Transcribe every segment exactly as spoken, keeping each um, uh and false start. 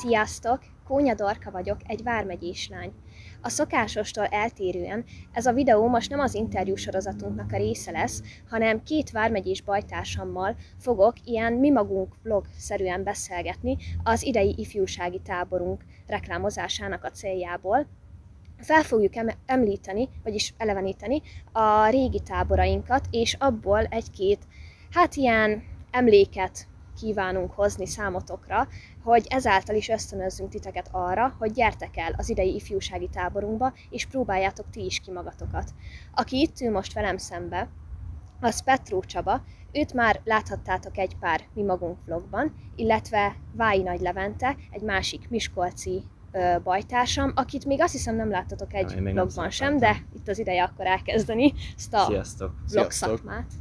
Sziasztok! Kónya Dorka vagyok, egy vármegyés lány. A szokásostól eltérően ez a videó most nem az interjú sorozatunknak a része lesz, hanem két vármegyés bajtársammal fogok ilyen mi magunk vlog-szerűen beszélgetni az idei ifjúsági táborunk reklámozásának a céljából. Fel fogjuk említeni, vagyis eleveníteni a régi táborainkat, és abból egy-két, hát ilyen emléket kívánunk hozni számotokra, hogy ezáltal is ösztönözzünk titeket arra, hogy gyertek el az idei ifjúsági táborunkba, és próbáljátok ti is ki magatokat. Aki itt ül most velem szembe, az Petró Csaba, őt már láthattátok egy pár mi magunk vlogban, illetve Vályi Nagy Levente, egy másik miskolci ö, bajtársam, akit még azt hiszem nem láttatok egy ja, vlogban sem, de itt az ideje akkor elkezdeni ezt a Sziasztok. vlog szakmát.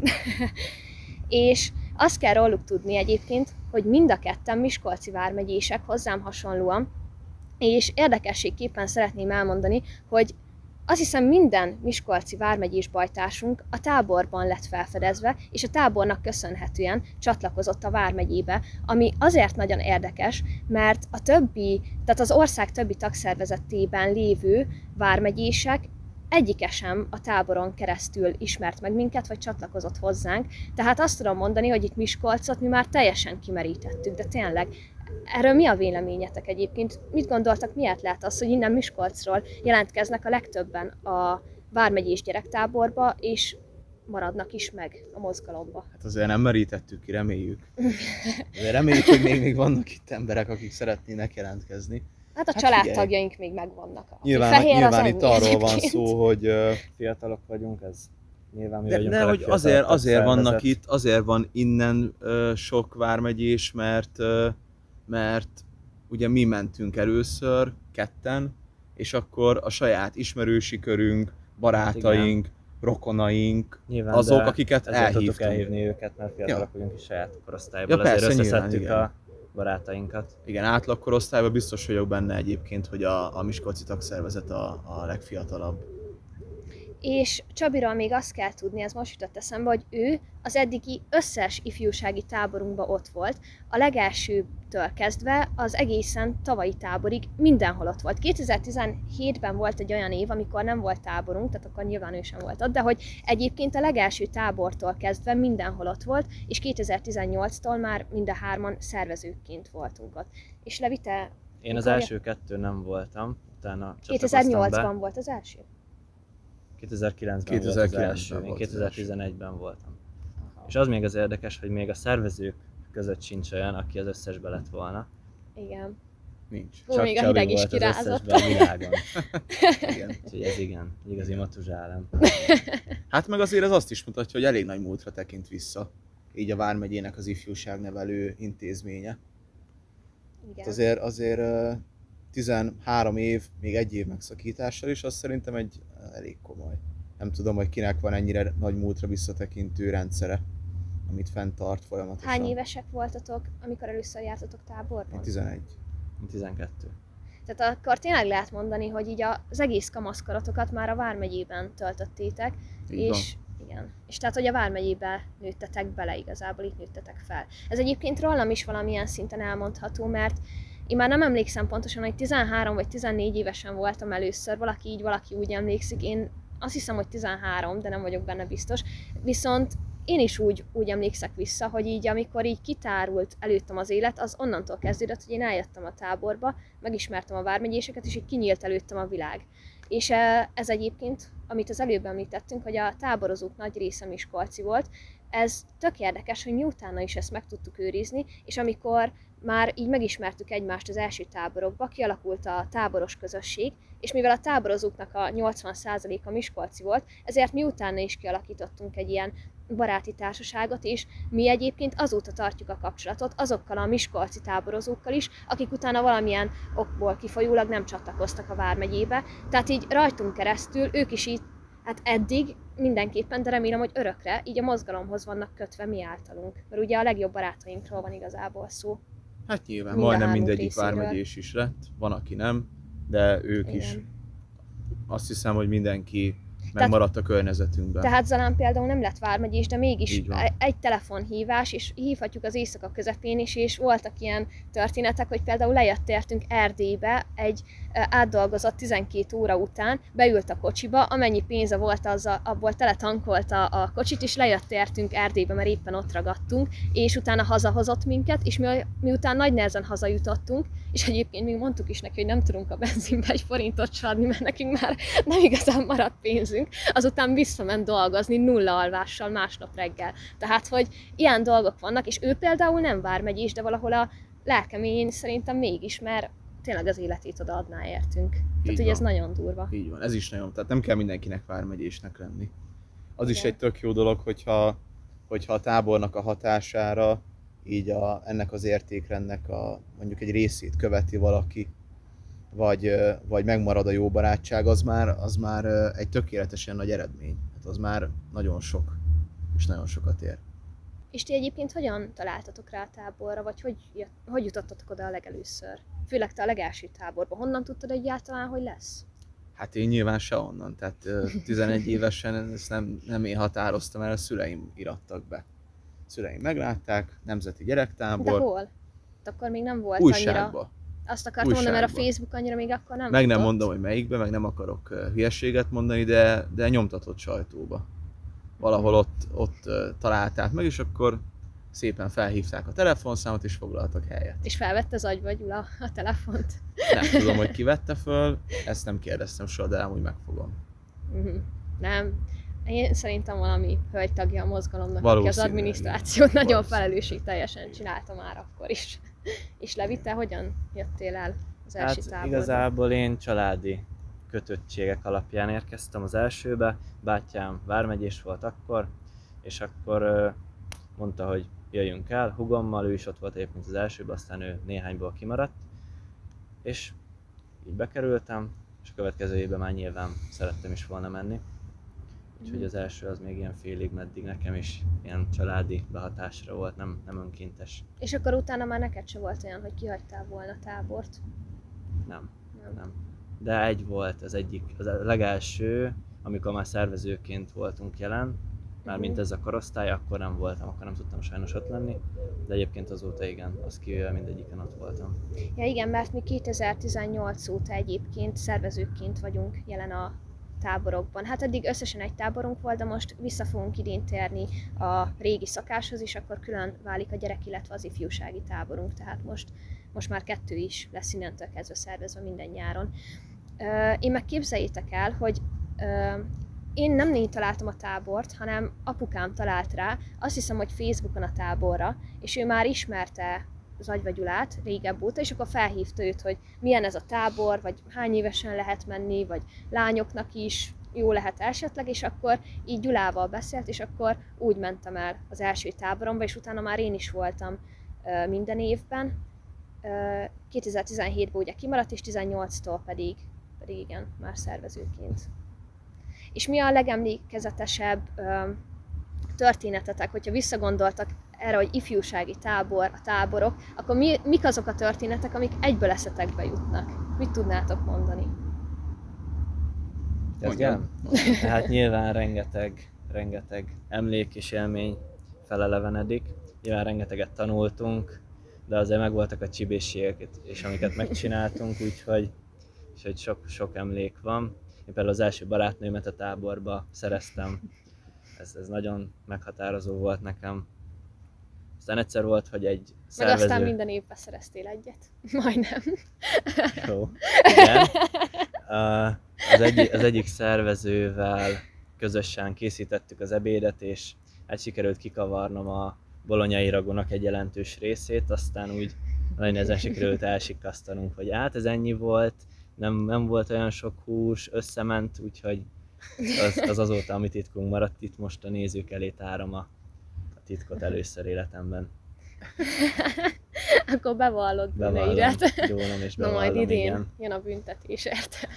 És azt kell róluk tudni egyébként, hogy mind a ketten miskolci vármegyések hozzám hasonlóan, és érdekességképpen szeretném elmondani, hogy azt hiszem minden miskolci vármegyés bajtársunk a táborban lett felfedezve, és a tábornak köszönhetően csatlakozott a vármegyébe, ami azért nagyon érdekes, mert a többi, tehát az ország többi tagszervezetében lévő vármegyések egyike sem a táboron keresztül ismert meg minket, vagy csatlakozott hozzánk. Tehát azt tudom mondani, hogy itt Miskolcot mi már teljesen kimerítettük, de tényleg, erről mi a véleményetek egyébként? Mit gondoltak, miért lehet az, hogy innen Miskolcról jelentkeznek a legtöbben a vármegyés gyerektáborba, és maradnak is meg a mozgalomba? Hát azért nem merítettük ki, reméljük. Azért reméljük, hogy még, még vannak itt emberek, akik szeretnének jelentkezni. Hát a hát családtagjaink még megvannak. Nyilván, fehér nyilván itt arról egyébként van szó, hogy uh, fiatalok vagyunk, ez nyilván mi de, vagyunk de, a hogy azért, azért vannak itt, azért van innen uh, sok vármegyés, mert, uh, mert ugye mi mentünk először ketten, és akkor a saját ismerősi körünk, barátaink, hát rokonaink, nyilván, azok, akiket elhívtunk. elhívni őket, mert fiatalok ja. vagyunk is saját korosztályból, ja, persze, azért összeszedtük nyilván, a barátainkat. Igen, átlagkorosztályban biztos vagyok benne egyébként, hogy a, a miskolci tagszervezet a, a legfiatalabb. És Csabiról még azt kell tudni, ez most jutott eszembe, hogy ő az eddigi összes ifjúsági táborunkban ott volt, a legelsőtől kezdve az egészen tavalyi táborig mindenhol ott volt. kétezer-tizenhétben volt egy olyan év, amikor nem volt táborunk, tehát akkor nyilván ő sem volt ott, de hogy egyébként a legelső tábortól kezdve mindenhol ott volt, és kétezer-tizennyolctól már mind a hárman szervezőként voltunk ott. És Levi, te... Én az első kettő nem voltam, utána kétezer-nyolcban volt az első? kétezer-kilencben volt az első, én kétezer-tizenegyben voltam. Aha. És az még az érdekes, hogy még a szervezők között sincs olyan, aki az összesbe lett volna. Igen. Nincs. Csak még a hideg is kirázott. A világon. Igen. Úgyhogy ez igen, igazi matuzsálem. Hát meg azért ez azt is mutatja, hogy elég nagy múltra tekint vissza. Így a vármegyének az ifjúságnevelő intézménye. Igen. Hát azért, azért tizenhárom év, még egy év megszakítással is, az szerintem egy elég komoly. Nem tudom, hogy kinek van ennyire nagy múltra visszatekintő rendszere, amit fenntart folyamatosan. Hány évesek voltatok, amikor először jártatok táborban? Én tizenegy. Én tizenkettő. Tehát akkor tényleg lehet mondani, hogy így az egész kamaszkoratokat már a vármegyében töltöttétek, így és van. igen. És tehát, hogy a vármegyébe nőttetek bele igazából, itt nőttetek fel. Ez egyébként rólam is valamilyen szinten elmondható, mert én már nem emlékszem pontosan, hogy tizenhárom vagy tizennégy évesen voltam először, valaki így, valaki úgy emlékszik. Én azt hiszem, hogy tizenhárom, de nem vagyok benne biztos. Viszont én is úgy, úgy emlékszek vissza, hogy így amikor így kitárult előttem az élet, az onnantól kezdődött, hogy én eljöttem a táborba, megismertem a vármegyéseket, és így kinyílt előttem a világ. És ez egyébként, amit az előbb említettünk, hogy a táborozók nagy része miskolci volt, ez tök érdekes, hogy mi utána is ezt meg tudtuk őrizni, és amikor már így megismertük egymást az első táborokba, kialakult a táboros közösség, és mivel a táborozóknak a nyolcvan százaléka miskolci volt, ezért mi utána is kialakítottunk egy ilyen baráti társaságot, és mi egyébként azóta tartjuk a kapcsolatot azokkal a miskolci táborozókkal is, akik utána valamilyen okból kifolyólag nem csatlakoztak a vármegyébe. Tehát így rajtunk keresztül ők is így, hát eddig mindenképpen, de remélem, hogy örökre így a mozgalomhoz vannak kötve mi általunk. Mert ugye a legjobb barátainkról van igazából szó. Hát nyilván, mind majdnem mindegyik vármegyés is lett, van, aki nem, de ők igen. is. Azt hiszem, hogy mindenki megmaradt a környezetünkben. Tehát Zalán például nem lett vármegyés, de mégis egy telefonhívás, és hívhatjuk az éjszaka közepén is, és voltak ilyen történetek, hogy például lejött értünk Erdélybe egy átdolgozott tizenkét óra után, beült a kocsiba, amennyi pénze volt, azzal, abból teletankolta a kocsit, és lejött értünk Erdélybe, mert éppen ott ragadtunk, és utána hazahozott minket, és mi, miután nagy nehezen hazajutottunk, és egyébként még mondtuk is neki, hogy nem tudunk a benzinbe egy forintot se adni, mert nekünk már nem igazán maradt pénzünk, azután visszament dolgozni nulla alvással másnap reggel. Tehát, hogy ilyen dolgok vannak, és ő például nem vármegyés, de valahol a lelkemény szerintem mégis, mert tényleg az életét odaadná értünk. Így Tehát, hogy ez nagyon durva. Így van, ez is nagyon, tehát nem kell mindenkinek vármegyésnek lenni. Az is Igen. egy tök jó dolog, hogyha, hogyha a tábornak a hatására így a, ennek az értékrendnek a, mondjuk egy részét követi valaki, vagy, vagy megmarad a jó barátság, az már, az már egy tökéletesen nagy eredmény. Hát az már nagyon sok, és nagyon sokat ér. És ti egyébként hogyan találtatok rá a táborra, vagy hogy, hogy jutottatok oda a legelőször? Főleg te a legelső táborba. Honnan tudtad egyáltalán, hogy lesz? Hát én nyilván sehonnan. Tehát tizenegy évesen ezt nem, nem én határoztam el, a szüleim irattak be. A szüleim meglátták, nemzeti gyerektábor. De hol? De akkor még nem volt Újságba. annyira... Azt akartam mondani, mert a Facebook annyira még akkor nem Meg nem tudott. mondom, hogy melyikbe, meg nem akarok hülyeséget mondani, de, de nyomtatott sajtóba. Valahol ott, ott találták meg, és akkor szépen felhívták a telefonszámot, és foglaltak helyet. És felvette az agyba Gyula a telefont? Nem tudom, hogy ki vette föl, ezt nem kérdeztem soha, de amúgy megfogom. Uh-huh. Nem. Én szerintem valami hölgytagja a mozgalomnak, aki az Valószínűleg. adminisztrációt nagyon felelősségteljesen csinálta már akkor is. És Levi, te hogyan jöttél el az első Hát táborba? igazából én családi kötöttségek alapján érkeztem az elsőbe. Bátyám vármegyés volt akkor, és akkor mondta, hogy jöjjünk el hugommal, ő is ott volt egyébként az elsőben, aztán ő néhányból kimaradt. És így bekerültem, és a következő évben már nyilván szerettem is volna menni. Úgyhogy az első az még ilyen félig meddig nekem is ilyen családi behatásra volt, nem, nem önkéntes. És akkor utána már neked se volt olyan, hogy kihagytál volna tábort? Nem, nem. nem. De egy volt, az egyik, az a legelső, amikor már szervezőként voltunk jelen, mármint uh-huh. ez a korosztály, akkor nem voltam, akkor nem tudtam sajnos ott lenni, de egyébként azóta igen, az kivéve mindegyiken ott voltam. Ja igen, mert mi kétezer-tizennyolc óta egyébként szervezőként vagyunk jelen a táborokban. Hát eddig összesen egy táborunk volt, de most vissza fogunk idén térni a régi szakáshoz, és akkor külön válik a gyerek, illetve az ifjúsági táborunk, tehát most, most már kettő is lesz innentől kezdve szervezve minden nyáron. Én meg képzeljétek el, hogy én nem én találtam a tábort, hanem apukám talált rá, azt hiszem, hogy Facebookon a táborra, és ő már ismerte Zagyva Gyulát régebb óta, és akkor felhívta őt, hogy milyen ez a tábor, vagy hány évesen lehet menni, vagy lányoknak is jó lehet esetleg, és akkor így Gyulával beszélt, és akkor úgy mentem el az első táboromba, és utána már én is voltam minden évben. kétezer-tizenhétben ugye kimaradt, és tizennyolctól pedig, pedig igen, már szervezőként. És mi a legemlékezetesebb történetetek, hogyha visszagondoltak erre, hogy ifjúsági tábor, a táborok, akkor mi, mik azok a történetek, amik egyből eszetekbe jutnak? Mit tudnátok mondani? Kezdjem? Hát nyilván rengeteg, rengeteg emlék és élmény felelevenedik. Nyilván rengeteget tanultunk, de azért megvoltak a csibészségek, és amiket megcsináltunk, úgyhogy, úgyhogy sok, sok emlék van. Én például az első barátnőmet a táborba szereztem. Ez, ez nagyon meghatározó volt nekem. Aztán egyszer volt, hogy egy szervező... Meg aztán minden évben szereztél egyet. Majdnem. Jó. Igen. Az, egy, az egyik szervezővel közösen készítettük az ebédet, és hát sikerült kikavarnom a bolonyai ragónak egy jelentős részét, aztán úgy nagyon ezen sikerült elsikasztanunk, hogy hát ez ennyi volt, nem, nem volt olyan sok hús, összement, úgyhogy az, az azóta, amit titkunk maradt, itt most a nézők elé tárom a, a titkot először életemben. Akkor bevallod bűneidet. Bevallom, és Na bevallom, majd idén igen. jön a büntetésért.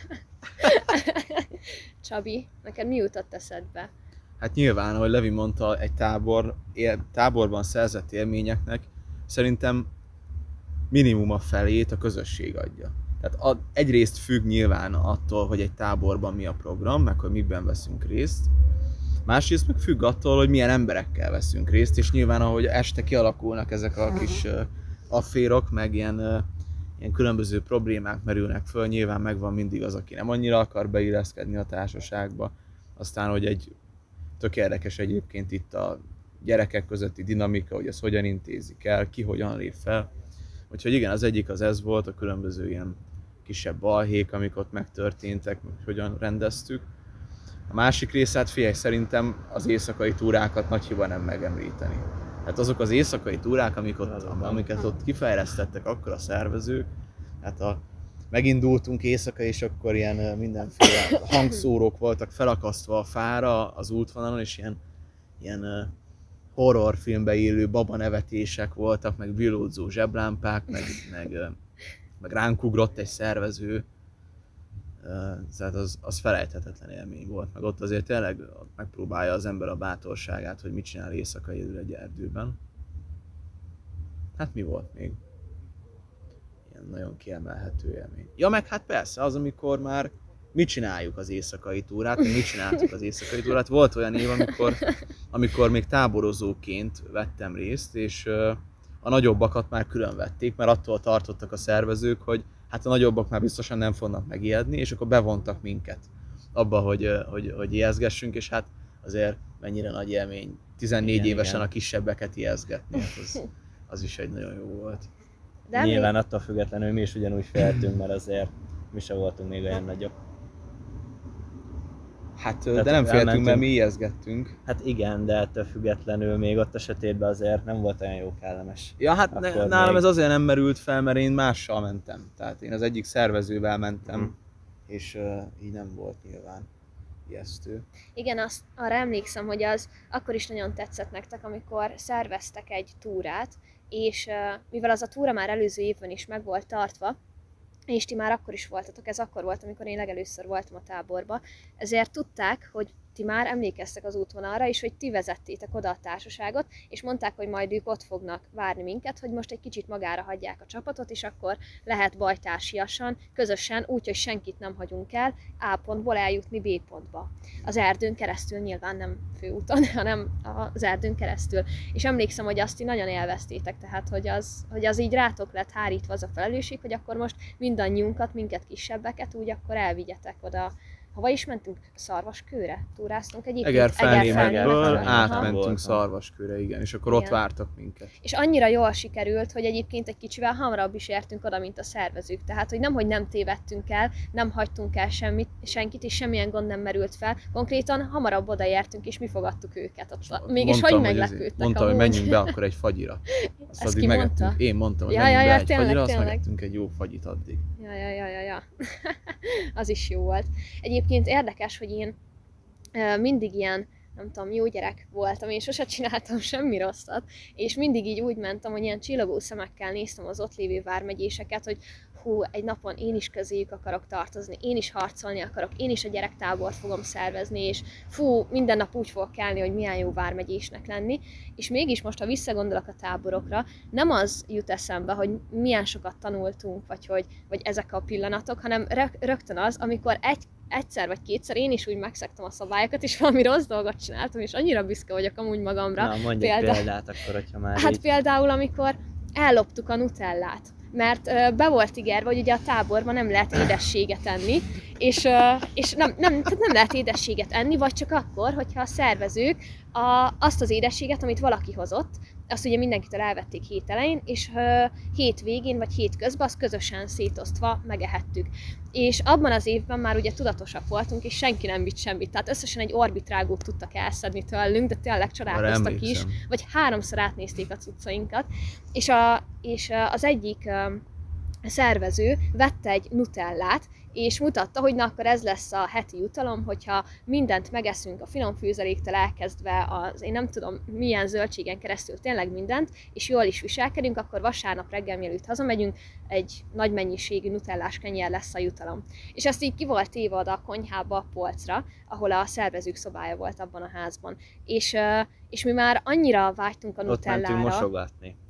Csabi, neked mi jutott eszedbe? Hát nyilván, ahogy Levi mondta, egy tábor, él, táborban szerzett élményeknek szerintem minimum a felét a közösség adja. Tehát a, egyrészt függ nyilván attól, hogy egy táborban mi a program, meg hogy miben veszünk részt. Másrészt meg függ attól, hogy milyen emberekkel veszünk részt, és nyilván ahogy este kialakulnak ezek a kis uh, afférok, meg ilyen, uh, ilyen különböző problémák merülnek föl, nyilván megvan mindig az, aki nem annyira akar beilleszkedni a társaságba. Aztán, hogy egy tök érdekes egyébként itt a gyerekek közötti dinamika, hogy ezt hogyan intézik el, ki hogyan lép fel. Úgyhogy igen, az egyik az ez volt, a különböző ilyen kisebb balhék, amik ott megtörténtek, meg hogyan rendeztük. A másik rész, hát figyelj, szerintem az éjszakai túrákat nagy hiba nem megemlíteni. Hát azok az éjszakai túrák, amik ott, amiket ott kifejlesztettek akkor a szervezők, hát a, megindultunk éjszaka, és akkor ilyen mindenféle hangszórók voltak felakasztva a fára az útvonalon, és ilyen, ilyen horrorfilmbe illő babanevetések voltak, meg villódzó zseblámpák, meg, meg, meg ránk ugrott egy szervező. Tehát az, az felejthetetlen élmény volt, meg ott azért tényleg megpróbálja az ember a bátorságát, hogy mit csinál éjszaka egyedül egy erdőben. Hát mi volt még? Ilyen nagyon kiemelhető élmény. Ja, meg hát persze, az, amikor már mi csináljuk az éjszakai túrát, mi csináltuk az éjszakai túrát. Volt olyan év, amikor, amikor még táborozóként vettem részt, és a nagyobbakat már külön vették, mert attól tartottak a szervezők, hogy hát a nagyobbak már biztosan nem fognak megijedni, és akkor bevontak minket abba, hogy, hogy, hogy ijeszgessünk, és hát azért mennyire nagy élmény tizennégy igen, évesen igen. A kisebbeket ijeszgetni, hát az, az is egy nagyon jó volt. De nyilván mi... attól függetlenül mi is ugyanúgy féltünk, mert azért mi sem voltunk még olyan nagyobb. Hát, tehát de nem féltünk, elmentünk, mert mi ijeszgettünk. Hát igen, de ettől függetlenül még ott a sötétben azért nem volt olyan jó kellemes. Ja, hát ne, nálam még... ez azért nem merült fel, mert én mással mentem. Tehát én az egyik szervezővel mentem, hmm. és uh, így nem volt nyilván ijesztő. Igen, azt, arra emlékszem, hogy az akkor is nagyon tetszett nektek, amikor szerveztek egy túrát, és uh, mivel az a túra már előző évben is meg volt tartva, és ti már akkor is voltatok, ez akkor volt, amikor én legelőször voltam a táborba, ezért tudták, hogy ti már emlékeztek az útvonalra, és hogy ti vezettétek oda a társaságot, és mondták, hogy majd ők ott fognak várni minket, hogy most egy kicsit magára hagyják a csapatot, és akkor lehet bajtársiasan, közösen, úgy, hogy senkit nem hagyunk el, A pontból eljutni B pontba. Az erdőn keresztül, nyilván nem főúton, hanem az erdőn keresztül. És emlékszem, hogy azt ti nagyon élveztétek, tehát hogy az, hogy az így rátok lett hárítva az a felelősség, hogy akkor most mindannyiunkat, minket kisebbeket úgy akkor elvigyetek oda. Hova is mentünk? Szarvaskőre? Túráztunk egyébként? Egerfelnémetből átmentünk Szarvaskőre, igen, és akkor igen. Ott vártak minket. És annyira jól sikerült, hogy egyébként egy kicsivel hamarabb is értünk oda, mint a szervezők. Tehát, hogy nemhogy nem tévedtünk el, nem hagytunk el semmit, senkit, és semmilyen gond nem merült fel. Konkrétan hamarabb odaértünk, és mi fogadtuk őket. Ott. Mégis mondtam, hogy meglepődtek. Mondtam, hogy menjünk be akkor egy fagyira. Azt addig megettünk. Én mondtam, hogy ja, menjünk ja, be ja, egy tényleg, fagyira, tényleg. azt megettünk egy jó fagyit addig. Ja, ja, ja, ja, ja. Az is jó volt. Egyébként érdekes, hogy én mindig ilyen, nem tudom, jó gyerek voltam, én sose csináltam semmi rosszat, és mindig így úgy mentem, hogy ilyen csillogó szemekkel néztem az ott lévő vármegyéseket, hogy hú, egy napon én is közéjük akarok tartozni, én is harcolni akarok, én is a gyerektábort fogom szervezni, és fú, minden nap úgy fogok kelni, hogy milyen jó vármegyésnek lenni, és mégis most, ha visszagondolok a táborokra, nem az jut eszembe, hogy milyen sokat tanultunk, vagy, hogy, vagy ezek a pillanatok, hanem rögtön az, amikor egy egyszer vagy kétszer én is úgy megszegtem a szabályokat, és valami rossz dolgot csináltam, és annyira büszke vagyok amúgy magamra. Na, mondj egy példát akkor, hogyha már Hát így... például, amikor elloptuk a nutellát, mert uh, be volt ígérve, hogy ugye a táborban nem lehet édességet enni, és, uh, és nem, nem, tehát nem lehet édességet enni, vagy csak akkor, hogyha a szervezők a, azt az édességet, amit valaki hozott, azt ugye mindenkitől elvették hét elején, és uh, hét végén vagy hét közben azt közösen szétosztva megehettük. És abban az évben már ugye tudatosak voltunk, és senki nem vitt semmit. Tehát összesen egy orbitrágót tudtak elszedni tőlünk, de tényleg csodálkoztak is, vagy háromszor átnézték a cuccainkat. És, a, és az egyik uh, szervező vette egy nutellát, és mutatta, hogy na akkor ez lesz a heti jutalom, hogyha mindent megeszünk a finom fűzeléktől elkezdve az én nem tudom milyen zöldségen keresztül tényleg mindent, és jól is viselkedünk, akkor vasárnap reggel mielőtt hazamegyünk, egy nagy mennyiségű nutellás kenyér lesz a jutalom. És ezt így ki volt téve oda a konyhába, a polcra, ahol a szervezők szobája volt abban a házban. És, és mi már annyira vágytunk a nutellára. Ott mentünk mosogatni.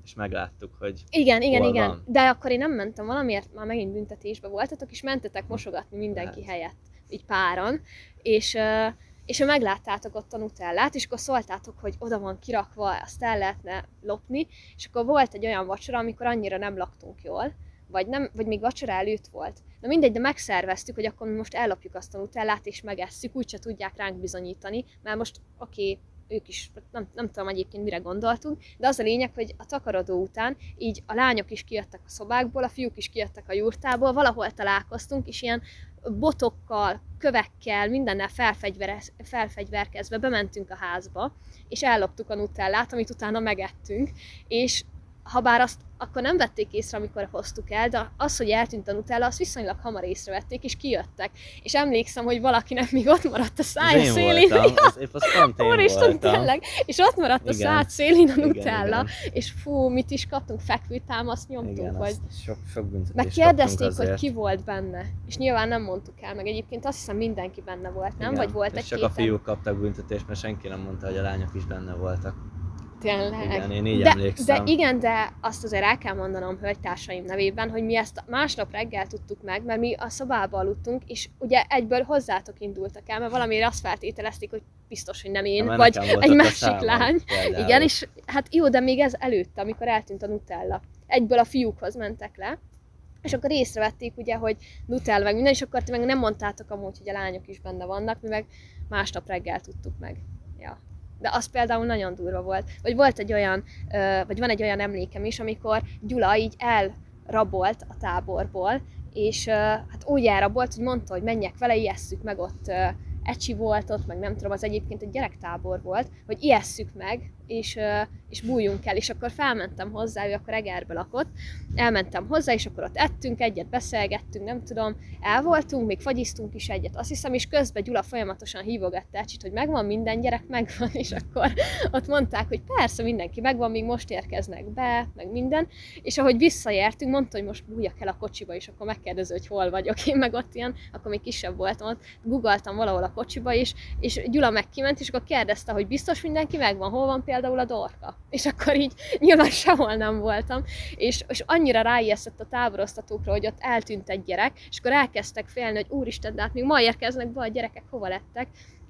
és megláttuk, hogy Igen, igen, hol igen. van. De akkor én nem mentem valamiért, már megint büntetésbe voltatok, és mentetek mosogatni mindenki Lehet. helyett, így páran, és, ö, és megláttátok ott a nutellát, és akkor szóltátok, hogy oda van kirakva, azt el lehetne lopni, és akkor volt egy olyan vacsora, amikor annyira nem laktunk jól, vagy, nem, vagy még vacsora előtt volt. Na mindegy, de megszerveztük, hogy akkor mi most ellopjuk azt a nutellát, és megesszük, úgyse tudják ránk bizonyítani, mert most oké, okay, ők is, nem, nem tudom egyébként mire gondoltunk, de az a lényeg, hogy a takarodó után így a lányok is kijöttek a szobákból, a fiúk is kijöttek a jurtából, valahol találkoztunk, és ilyen botokkal, kövekkel, mindennel felfegyverkezve bementünk a házba, és elloptuk a nutellát, amit utána megettünk, és habár azt akkor nem vették észre, amikor hoztuk el, de az, hogy eltűnt a nutella, azt viszonylag hamar észrevették, és kijöttek. És emlékszem, hogy valakinek még ott maradt a szája szélén. Voltam, az, épp az pont én Úristen, voltam. tényleg. És ott maradt a Igen. szád szélén a Igen, nutella, igen. és fú, mit is kaptunk, fekvőtámaszt nyomtunk, Igen, vagy... azt sok, sok büntetést Megkérdezték, kaptunk hogy azért. ki volt benne, és nyilván nem mondtuk el, meg egyébként azt hiszem mindenki benne volt, nem? Igen, Vagy volt és egy csak kéten? a fiúk kaptak büntetést, mert senki nem mondta, hogy a lányok is benne voltak. Tényleg. Igen, én így de, emlékszem. de igen, de azt azért el kell mondanom hölgytársaim nevében, hogy mi ezt másnap reggel tudtuk meg, mert mi a szobába aludtunk, és ugye egyből hozzátok indultak el, mert valamiért azt feltételezték, hogy biztos, hogy nem én, Ja, vagy nekem volt egy ott a másik számom, lány. például. Igen, és hát jó, de még ez előtte, amikor eltűnt a nutella. Egyből a fiúkhoz mentek le, és akkor észrevették ugye, hogy nutella meg minden, és akkor ti meg nem mondtátok amúgy, hogy a lányok is benne vannak, mi meg másnap reggel tudtuk meg. Ja. De az például nagyon durva volt. Vagy volt egy olyan, vagy van egy olyan emlékem is, amikor Gyula így elrabolt a táborból, és hát úgy elrabolt, hogy mondta, hogy menjek vele, ijesszük meg ott, ecsi volt ott, meg nem tudom, az egyébként egy gyerektábor volt, hogy ijesszük meg, és, és bújjunk el, és akkor felmentem hozzá, ő akkor Egerbe lakott, elmentem hozzá, és akkor ott ettünk egyet, beszélgettünk, nem tudom, el voltunk, még fagyiztunk is egyet, azt hiszem, és közben Gyula folyamatosan hívogatta Ecsit, hogy megvan minden gyerek, megvan, és akkor ott mondták, hogy persze mindenki megvan, még most érkeznek be, meg minden, és ahogy visszaértünk, mondta, hogy most bújjak el a kocsiba, és akkor megkérdező, hogy hol vagyok, én meg ott ilyen, akkor még kisebb voltam ott, googoltam valahol a kocsiba is, és Gyula meg kiment, és akkor kérdezte, hogy biztos mindenki megvan, hol van például a Dorka. És akkor így nyilván sehol nem voltam, és, és annyira ráijesztett a táboroztatókra, hogy ott eltűnt egy gyerek, és akkor elkezdtek félni, hogy úristen, de hát még ma érkeznek be a gyerekek, hova lettek.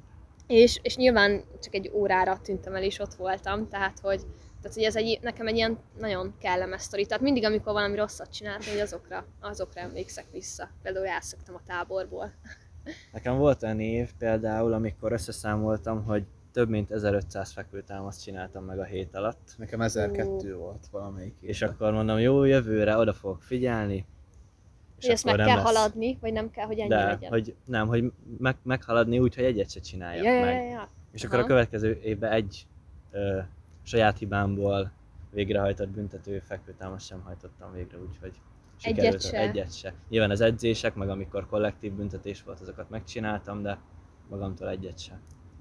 És, és nyilván csak egy órára tűntem el, és ott voltam, tehát hogy, tehát, hogy ez egy, nekem egy ilyen nagyon kellemes sztori. Tehát mindig, amikor valami rosszat csináltam, hogy azokra, azokra emlékszek vissza. Például elszöktem a táborból. Nekem volt olyan év például, amikor összeszámoltam, hogy több mint ezerötszáz fekvőtámaszt csináltam meg a hét alatt. Nekem ezerkettő volt valamelyik évben. És akkor mondom, jó, jövőre oda fogok figyelni. És Hogy ezt meg akkor kell nem lesz. haladni, vagy nem kell, hogy ennyi De, legyen. hogy nem, hogy meg, meghaladni úgy, hogy egyet se csináljak ja, ja, meg. ja, ja. És akkor a Aha. következő évben egy ö, saját hibámból végrehajtott büntető fekvőtámaszt sem hajtottam végre, úgyhogy sikerült Egyet se. egyet se. Nyilván az edzések, meg amikor kollektív büntetés volt, azokat megcsináltam, de magamtól egyet se.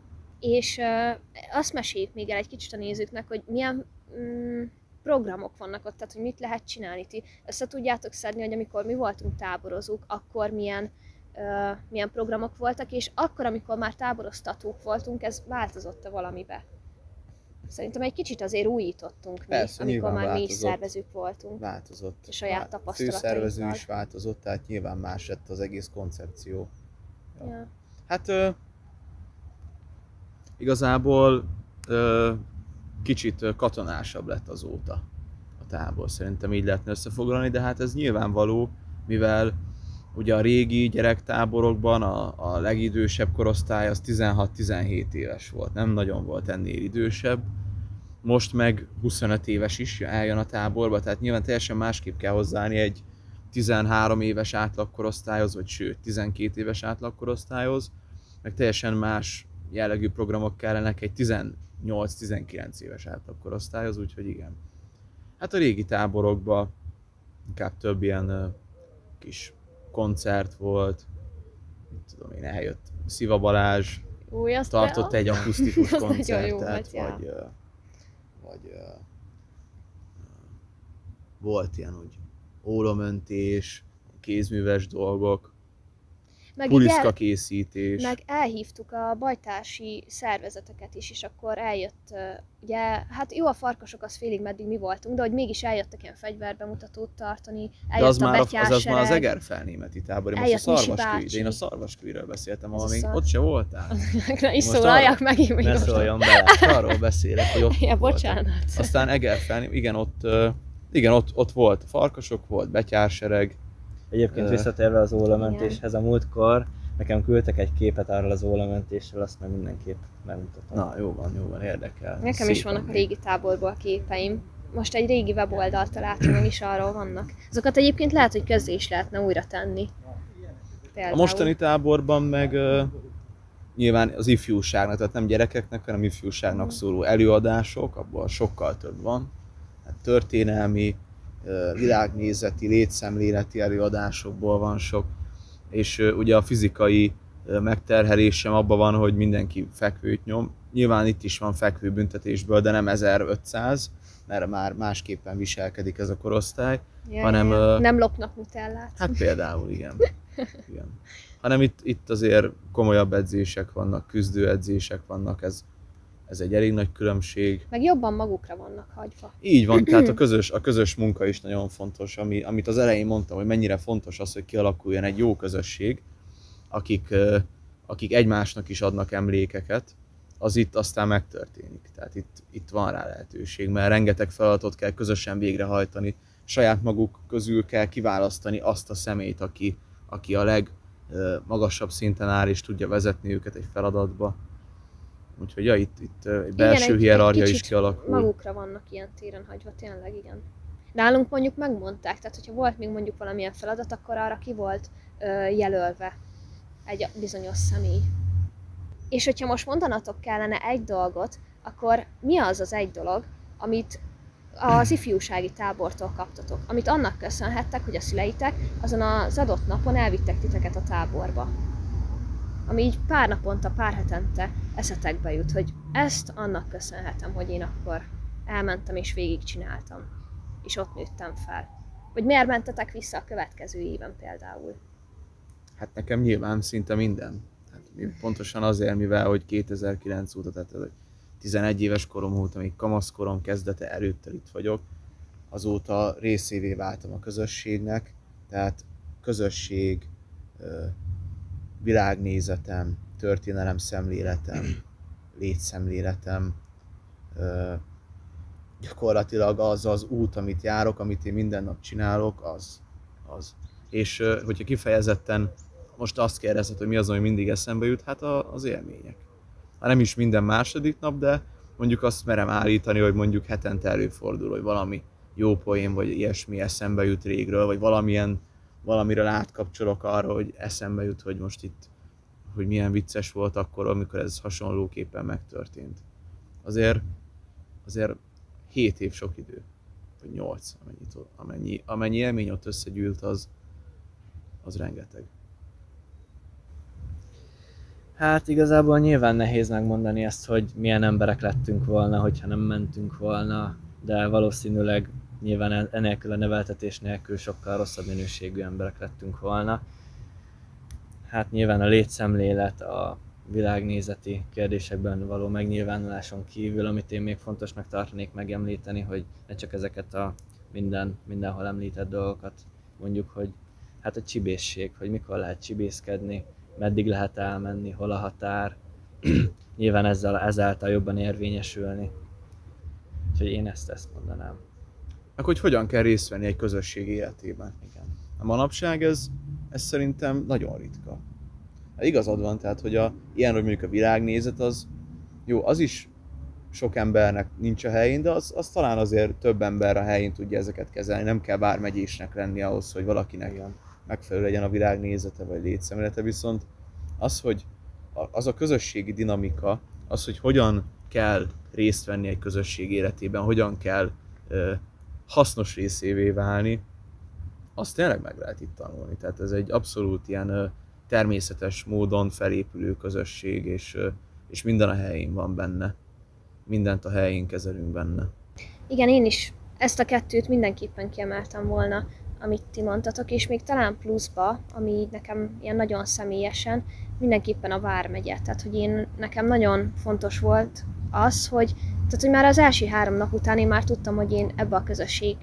És uh, azt meséljük még el egy kicsit a nézőknek, hogy milyen mm, programok vannak ott, tehát hogy mit lehet csinálni. Ti össze tudjátok szedni, hogy amikor mi voltunk táborozók, akkor milyen, uh, milyen programok voltak, és akkor, amikor már táboroztatók voltunk, ez változott-e valamibe? Szerintem egy kicsit azért újítottunk mi, Persze, amikor nyilván már mi is változott. szervezők voltunk. Változott. A saját Vá- tapasztalatainkkal. Főszervező is változott, tehát nyilván más lett az egész koncepció. Ja. Ja. Hát ö, igazából ö, kicsit ö, katonásabb lett azóta a tábor, szerintem így lehetne összefoglalni, de hát ez nyilvánvaló, mivel ugye a régi gyerektáborokban a, a legidősebb korosztály az tizenhat-tizenhét éves volt, nem nagyon volt ennél idősebb. Most meg huszonöt éves is eljön a táborba, tehát nyilván teljesen másképp kell hozzáállni egy tizenhárom éves átlagkorosztályhoz, vagy sőt, tizenkét éves átlagkorosztályhoz, meg teljesen más jellegű programok kellenek egy tizennyolc-tizenkilenc éves átlagkorosztályhoz, úgyhogy igen. Hát a régi táborokban inkább több ilyen uh, kis koncert volt, mit tudom én, eljött Sziva Balázs, Új, azt tartott be- egy akusztikus Az nagyon jó koncertet, volt, ja. vagy, uh, vagy uh, volt ilyen úgy ólomöntés, kézműves dolgok. meg, puliszka el, készítés. meg elhívtuk a bajtársi szervezeteket is, és akkor eljött, ugye, hát jó, a farkasok az félig meddig mi voltunk, de hogy mégis eljöttek ilyen fegyerbemutatót tartani, eljött de az a már, az, az már az betyársereg. Egerfelnémeti tábor, én most a Szarvasküvi, de én a Szarvasküviről beszéltem, ahol még szar... ott se voltál. Ne is szólaljak megint még. Ne szóljon bele. Arról beszélek, hogy ott Ja, voltam. bocsánat. Aztán Egerfelnél, igen, ott, igen, ott, ott volt farkasok, volt betyársereg. Egyébként Ö... visszatérve az ólamentéshez, a múltkor nekem küldtek egy képet arról az ólamentésről, azt meg mindenképp megmutatom. Na, jó van, jó van, érdekel. Nekem Szép is vannak a régi táborból képeim. Most egy régi weboldalt találtam, meg is arról vannak. Azokat egyébként lehet, hogy közzé is lehetne újra tenni. Például. A mostani táborban meg uh, nyilván az ifjúságnak, tehát nem gyerekeknek, hanem ifjúságnak szóló előadások, abból sokkal több van. Hát történelmi, uh, világnézeti, létszemléleti előadásokból van sok. És uh, ugye a fizikai uh, megterhelésem abban van, hogy mindenki fekvőt nyom. Nyilván itt is van fekvő büntetésből, de nem ezerötszáz, mert már másképpen viselkedik ez a korosztály. Ja, hanem, ja. Uh, nem lopnak nutellát. Hát például, igen. igen. Hanem itt, itt azért komolyabb edzések vannak, küzdőedzések vannak, ez, ez egy elég nagy különbség. Meg jobban magukra vannak hagyva. Így van, tehát a közös, a közös munka is nagyon fontos, ami, amit az elején mondtam, hogy mennyire fontos az, hogy kialakuljon egy jó közösség, akik, akik egymásnak is adnak emlékeket, az itt aztán megtörténik. Tehát itt, itt van rá lehetőség, mert rengeteg feladatot kell közösen végrehajtani, saját maguk közül kell kiválasztani azt a személyt, aki, aki a legmagasabb szinten áll és tudja vezetni őket egy feladatba. Úgyhogy ja, itt, itt egy belső igen, hierarchia is kialakul. Magukra vannak ilyen téren hagyva, tényleg igen. Nálunk mondjuk megmondták, tehát hogyha volt még mondjuk valamilyen feladat, akkor arra ki volt ö, jelölve egy bizonyos személy. És hogyha most mondanatok kellene egy dolgot, akkor mi az az egy dolog, amit az ifjúsági tábortól kaptatok, amit annak köszönhettek, hogy a szüleitek azon az adott napon elvittek titeket a táborba. Ami így pár naponta, pár hetente eszetekbe jut, hogy ezt annak köszönhetem, hogy én akkor elmentem és végigcsináltam, és ott nőttem fel. Vagy miért mentetek vissza a következő éven például? Hát nekem nyilván szinte minden. Hát pontosan azért, mivel hogy kétezer-kilenc óta, tehát tizenegy éves korom óta, még kamaszkorom kezdete előttel itt vagyok, azóta részévé váltam a közösségnek, tehát közösség, világnézetem, történelem szemléletem, létszemléletem, gyakorlatilag az az út, amit járok, amit én minden nap csinálok, az. az. És hogyha kifejezetten most azt kérdezed, hogy mi az, ami mindig eszembe jut, hát az élmények. Hát nem is minden második nap, de mondjuk azt merem állítani, hogy mondjuk hetente előfordul, hogy valami jó poén, vagy ilyesmi eszembe jut régről, vagy valamilyen, valamiről átkapcsolok arra, hogy eszembe jut, hogy most itt, hogy milyen vicces volt akkor, amikor ez hasonlóképpen megtörtént. Azért, azért hét év sok idő, vagy nyolc, amennyi, amennyi élmény ott összegyűlt, az, az rengeteg. Hát igazából nyilván nehéz megmondani ezt, hogy milyen emberek lettünk volna, hogyha nem mentünk volna, de valószínűleg nyilván enélkül a neveltetés nélkül sokkal rosszabb minőségű emberek lettünk volna. Hát nyilván a létszemlélet, a világnézeti kérdésekben való megnyilvánuláson kívül, amit én még fontosnak tartanék megemlíteni, hogy ne csak ezeket a minden, mindenhol említett dolgokat mondjuk, hogy hát a csibészség, hogy mikor lehet csibészkedni, meddig lehet elmenni, hol a határ, nyilván ezzel, ezáltal jobban érvényesülni. Úgyhogy én ezt, ezt mondanám. Meg hogy hogyan kell részt venni egy közösség életében. Igen. A manapság ez, ez szerintem nagyon ritka. Hát igazad van, tehát hogy a, ilyen, hogy mondjuk a világnézet az, jó, az is sok embernek nincs a helyén, de az, az talán azért több ember a helyén tudja ezeket kezelni. Nem kell vármegyésnek lenni ahhoz, hogy valakinek igen. megfelelő legyen a világnézete vagy létszemlélete, viszont az, hogy az a közösségi dinamika, az, hogy hogyan kell részt venni egy közösség életében, hogyan kell ö, hasznos részévé válni, azt tényleg meg lehet itt tanulni. Tehát ez egy abszolút ilyen ö, természetes módon felépülő közösség, és, ö, és minden a helyén van benne. Mindent a helyén kezelünk benne. Igen, én is ezt a kettőt mindenképpen kiemeltem volna. amit ti mondtatok, és még talán pluszba, ami így nekem ilyen nagyon személyesen, mindenképpen a vármegye. Tehát, hogy én, nekem nagyon fontos volt az, hogy, tehát, hogy már az első három nap után én már tudtam, hogy én ebbe a közösségbe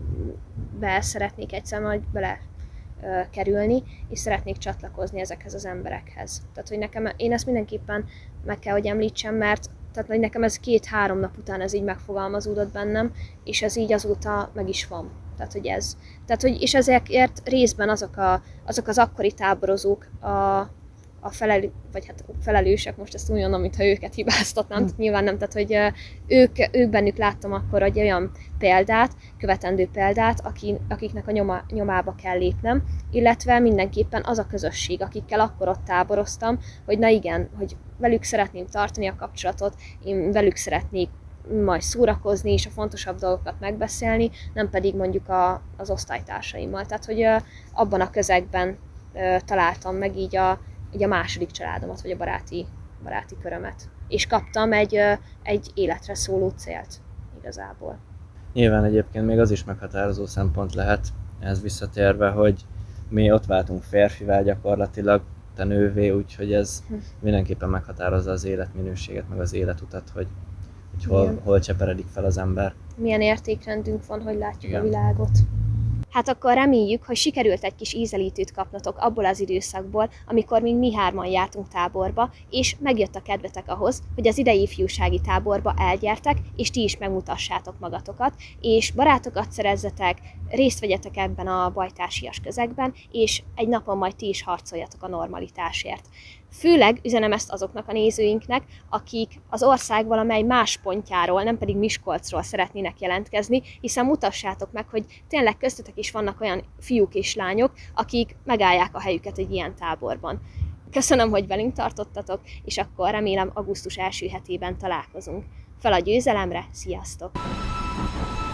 szeretnék egyszer majd bele ö, kerülni, és szeretnék csatlakozni ezekhez az emberekhez. Tehát, hogy nekem, én ezt mindenképpen meg kell, hogy említsem, mert tehát, hogy nekem ez két-három nap után ez így megfogalmazódott bennem, és ez így azóta meg is van. Tehát, hogy ez. Tehát, hogy, és ezekért részben azok, a, azok az akkori táborozók, a, a felelő, vagy hát felelősek, most ezt úgy mondom, mintha őket hibáztatnám, mm. nyilván nem, tehát, hogy ők, ők bennük láttam akkor egy olyan példát, követendő példát, akik, akiknek a nyoma, nyomába kell lépnem, illetve mindenképpen az a közösség, akikkel akkor ott táboroztam, hogy na igen, hogy velük szeretném tartani a kapcsolatot, én velük szeretnék majd szórakozni és a fontosabb dolgokat megbeszélni, nem pedig mondjuk a, az osztálytársaimmal. Tehát, hogy abban a közegben találtam meg így a, így a második családomat, vagy a baráti, baráti körömet. És kaptam egy, egy életre szóló célt igazából. Nyilván egyébként még az is meghatározó szempont lehet, ehhez visszatérve, hogy mi ott váltunk férfivel gyakorlatilag, te nővé, úgyhogy ez hm. mindenképpen meghatározza az életminőséget, meg az életutat, hogy hogy hol, hol cseperedik fel az ember. Milyen értékrendünk van, hogy látjuk Igen. a világot. Hát akkor reméljük, hogy sikerült egy kis ízelítőt kapnotok abból az időszakból, amikor még mi hárman jártunk táborba, és megjött a kedvetek ahhoz, hogy az idei ifjúsági táborba elgyertek, és ti is megmutassátok magatokat, és barátokat szerezzetek, részt vegyetek ebben a bajtársias közegben, és egy napon majd ti is harcoljatok a normalitásért. Főleg üzenem ezt azoknak a nézőinknek, akik az ország valamely más pontjáról, nem pedig Miskolcról szeretnének jelentkezni, hiszen mutassátok meg, hogy tényleg köztetek is vannak olyan fiúk és lányok, akik megállják a helyüket egy ilyen táborban. Köszönöm, hogy velünk tartottatok, és akkor remélem augusztus első hetében találkozunk. Fel a győzelemre, sziasztok!